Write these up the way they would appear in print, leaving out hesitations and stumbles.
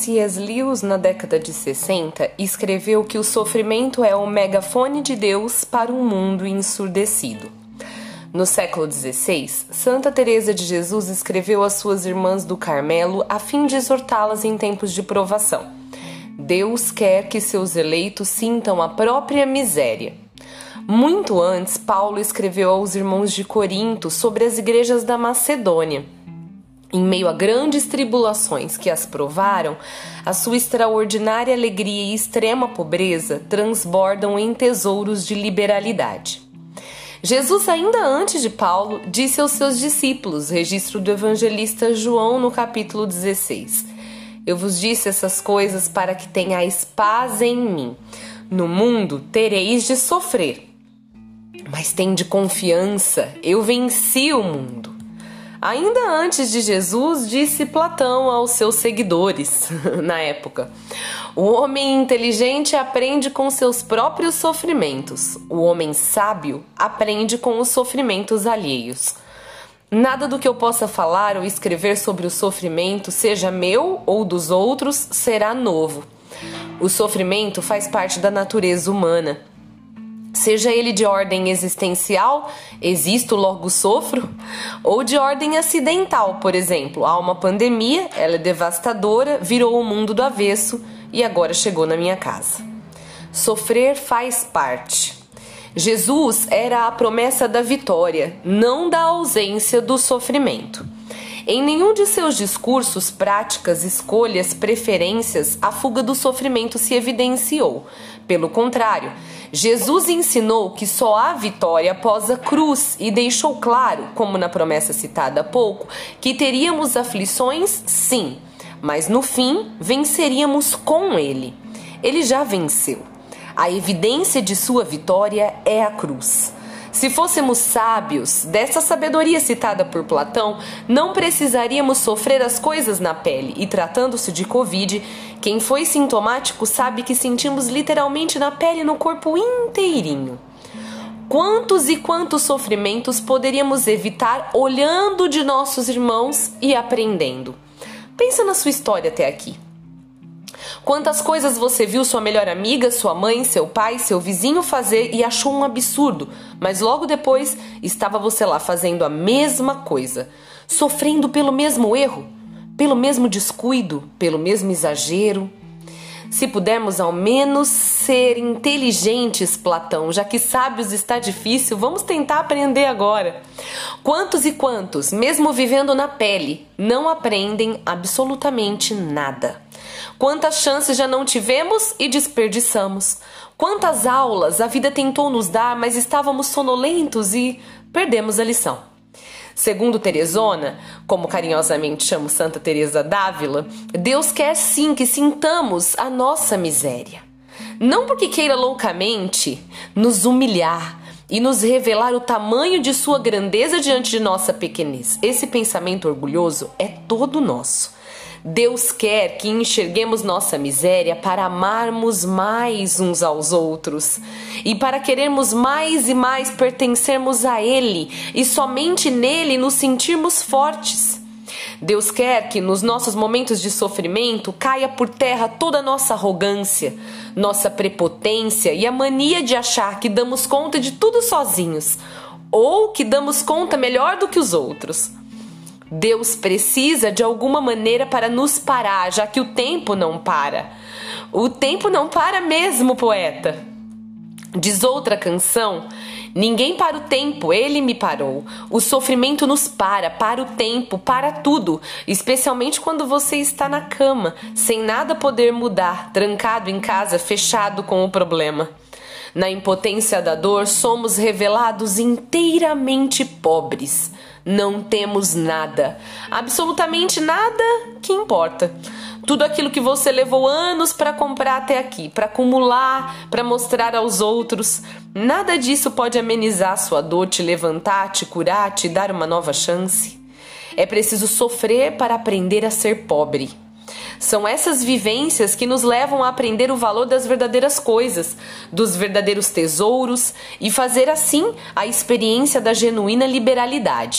C.S. Lewis, na década de 60, escreveu que o sofrimento é o megafone de Deus para um mundo ensurdecido. No século XVI, Santa Teresa de Jesus escreveu às suas irmãs do Carmelo a fim de exortá-las em tempos de provação. Deus quer que seus eleitos sintam a própria miséria. Muito antes, Paulo escreveu aos irmãos de Corinto sobre as igrejas da Macedônia. Em meio a grandes tribulações que as provaram, a sua extraordinária alegria e extrema pobreza transbordam em tesouros de liberalidade. Jesus, ainda antes de Paulo, disse aos seus discípulos, registro do evangelista João no capítulo 16: Eu vos disse essas coisas para que tenhais paz em mim. No mundo tereis de sofrer, mas tende confiança, eu venci o mundo. Ainda antes de Jesus, disse Platão aos seus seguidores, na época: O homem inteligente aprende com seus próprios sofrimentos. O homem sábio aprende com os sofrimentos alheios. Nada do que eu possa falar ou escrever sobre o sofrimento, seja meu ou dos outros, será novo. O sofrimento faz parte da natureza humana. Seja ele de ordem existencial, existo, logo sofro, ou de ordem acidental, por exemplo, há uma pandemia, ela é devastadora, virou o mundo do avesso e agora chegou na minha casa. Sofrer faz parte. Jesus era a promessa da vitória, não da ausência do sofrimento. Em nenhum de seus discursos, práticas, escolhas, preferências, a fuga do sofrimento se evidenciou. Pelo contrário, Jesus ensinou que só há vitória após a cruz e deixou claro, como na promessa citada há pouco, que teríamos aflições, sim, mas no fim venceríamos com Ele. Ele já venceu. A evidência de sua vitória é a cruz. Se fôssemos sábios, dessa sabedoria citada por Platão, não precisaríamos sofrer as coisas na pele. E tratando-se de Covid, quem foi sintomático sabe que sentimos literalmente na pele e no corpo inteirinho. Quantos e quantos sofrimentos poderíamos evitar olhando de nossos irmãos e aprendendo? Pensa na sua história até aqui. Quantas coisas você viu sua melhor amiga, sua mãe, seu pai, seu vizinho fazer e achou um absurdo, mas logo depois estava você lá fazendo a mesma coisa, sofrendo pelo mesmo erro, pelo mesmo descuido, pelo mesmo exagero. Se pudermos ao menos ser inteligentes, Platão, já que sábios está difícil, vamos tentar aprender agora. Quantos e quantos, mesmo vivendo na pele, não aprendem absolutamente nada? Quantas chances já não tivemos e desperdiçamos? Quantas aulas a vida tentou nos dar, mas estávamos sonolentos e perdemos a lição? Segundo Teresona, como carinhosamente chamo Santa Teresa d'Ávila, Deus quer sim que sintamos a nossa miséria. Não porque queira loucamente nos humilhar e nos revelar o tamanho de sua grandeza diante de nossa pequenez. Esse pensamento orgulhoso é todo nosso. Deus quer que enxerguemos nossa miséria para amarmos mais uns aos outros e para querermos mais e mais pertencermos a Ele e somente nele nos sentirmos fortes. Deus quer que nos nossos momentos de sofrimento caia por terra toda a nossa arrogância, nossa prepotência e a mania de achar que damos conta de tudo sozinhos ou que damos conta melhor do que os outros. Deus precisa de alguma maneira para nos parar, já que o tempo não para. O tempo não para mesmo, poeta. Diz outra canção: ninguém para o tempo, ele me parou. O sofrimento nos para o tempo, para tudo, especialmente quando você está na cama, sem nada poder mudar, trancado em casa, fechado com o problema. Na impotência da dor, somos revelados inteiramente pobres. Não temos nada, absolutamente nada que importa. Tudo aquilo que você levou anos para comprar até aqui, para acumular, para mostrar aos outros, nada disso pode amenizar sua dor, te levantar, te curar, te dar uma nova chance. É preciso sofrer para aprender a ser pobre. São essas vivências que nos levam a aprender o valor das verdadeiras coisas, dos verdadeiros tesouros e fazer assim a experiência da genuína liberalidade.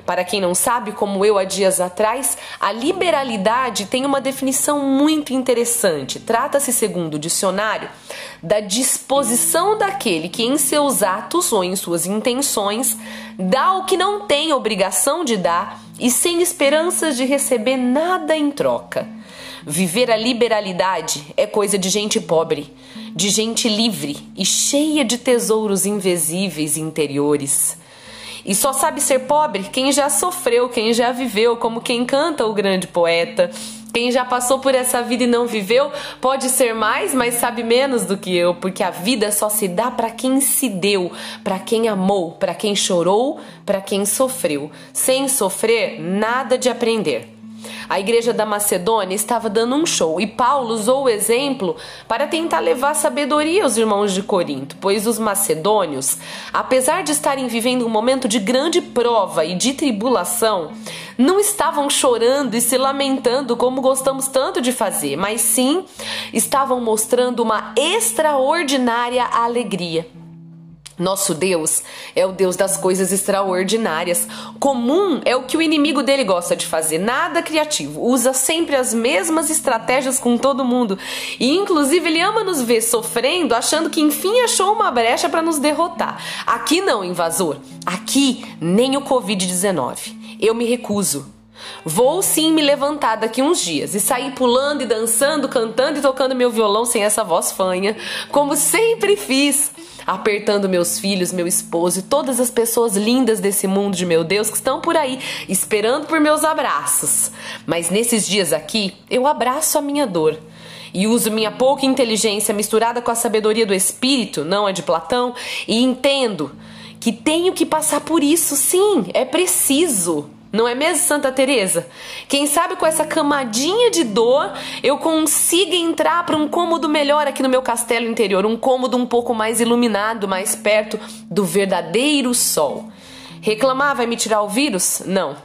Para quem não sabe, como eu há dias atrás, a liberalidade tem uma definição muito interessante. Trata-se, segundo o dicionário, da disposição daquele que em seus atos ou em suas intenções dá o que não tem obrigação de dar e sem esperanças de receber nada em troca. Viver a liberalidade é coisa de gente pobre, de gente livre e cheia de tesouros invisíveis interiores. E só sabe ser pobre quem já sofreu, quem já viveu, como quem canta o grande poeta. Quem já passou por essa vida e não viveu pode ser mais, mas sabe menos do que eu, porque a vida só se dá para quem se deu, para quem amou, para quem chorou, para quem sofreu. Sem sofrer, nada de aprender. A igreja da Macedônia estava dando um show e Paulo usou o exemplo para tentar levar sabedoria aos irmãos de Corinto, pois os macedônios, apesar de estarem vivendo um momento de grande prova e de tribulação, não estavam chorando e se lamentando como gostamos tanto de fazer, mas sim estavam mostrando uma extraordinária alegria. Nosso Deus é o Deus das coisas extraordinárias. Comum é o que o inimigo dele gosta de fazer, nada criativo. Usa sempre as mesmas estratégias com todo mundo. E inclusive ele ama nos ver sofrendo, achando que enfim achou uma brecha para nos derrotar. Aqui não, invasor. Aqui nem o Covid-19. Eu me recuso. Vou sim me levantar daqui uns dias e sair pulando e dançando, cantando e tocando meu violão sem essa voz fanha, como sempre fiz, apertando meus filhos, meu esposo e todas as pessoas lindas desse mundo de meu Deus que estão por aí, esperando por meus abraços. Mas nesses dias aqui, eu abraço a minha dor e uso minha pouca inteligência misturada com a sabedoria do Espírito, não a de Platão, e entendo que tenho que passar por isso, sim, é preciso. Não é mesmo, Santa Teresa? Quem sabe com essa camadinha de dor eu consiga entrar para um cômodo melhor aqui no meu castelo interior, um cômodo um pouco mais iluminado, mais perto do verdadeiro sol. Reclamar vai me tirar o vírus? Não.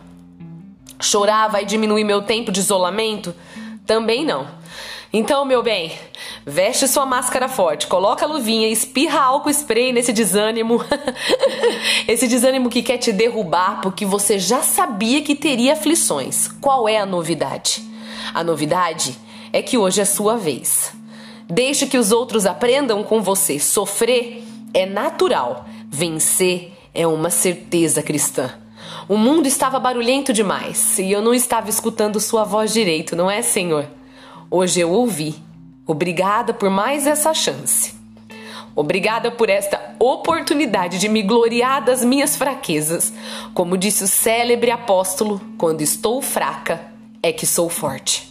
Chorar vai diminuir meu tempo de isolamento? Também não. Então, meu bem, veste sua máscara forte, coloca a luvinha, espirra álcool spray nesse desânimo. Esse desânimo que quer te derrubar porque você já sabia que teria aflições. Qual é a novidade? A novidade é que hoje é sua vez. Deixe que os outros aprendam com você. Sofrer é natural, vencer é uma certeza cristã. O mundo estava barulhento demais e eu não estava escutando sua voz direito, não é, Senhor? Hoje eu ouvi. Obrigada por mais essa chance. Obrigada por esta oportunidade de me gloriar das minhas fraquezas. Como disse o célebre apóstolo, quando estou fraca, é que sou forte.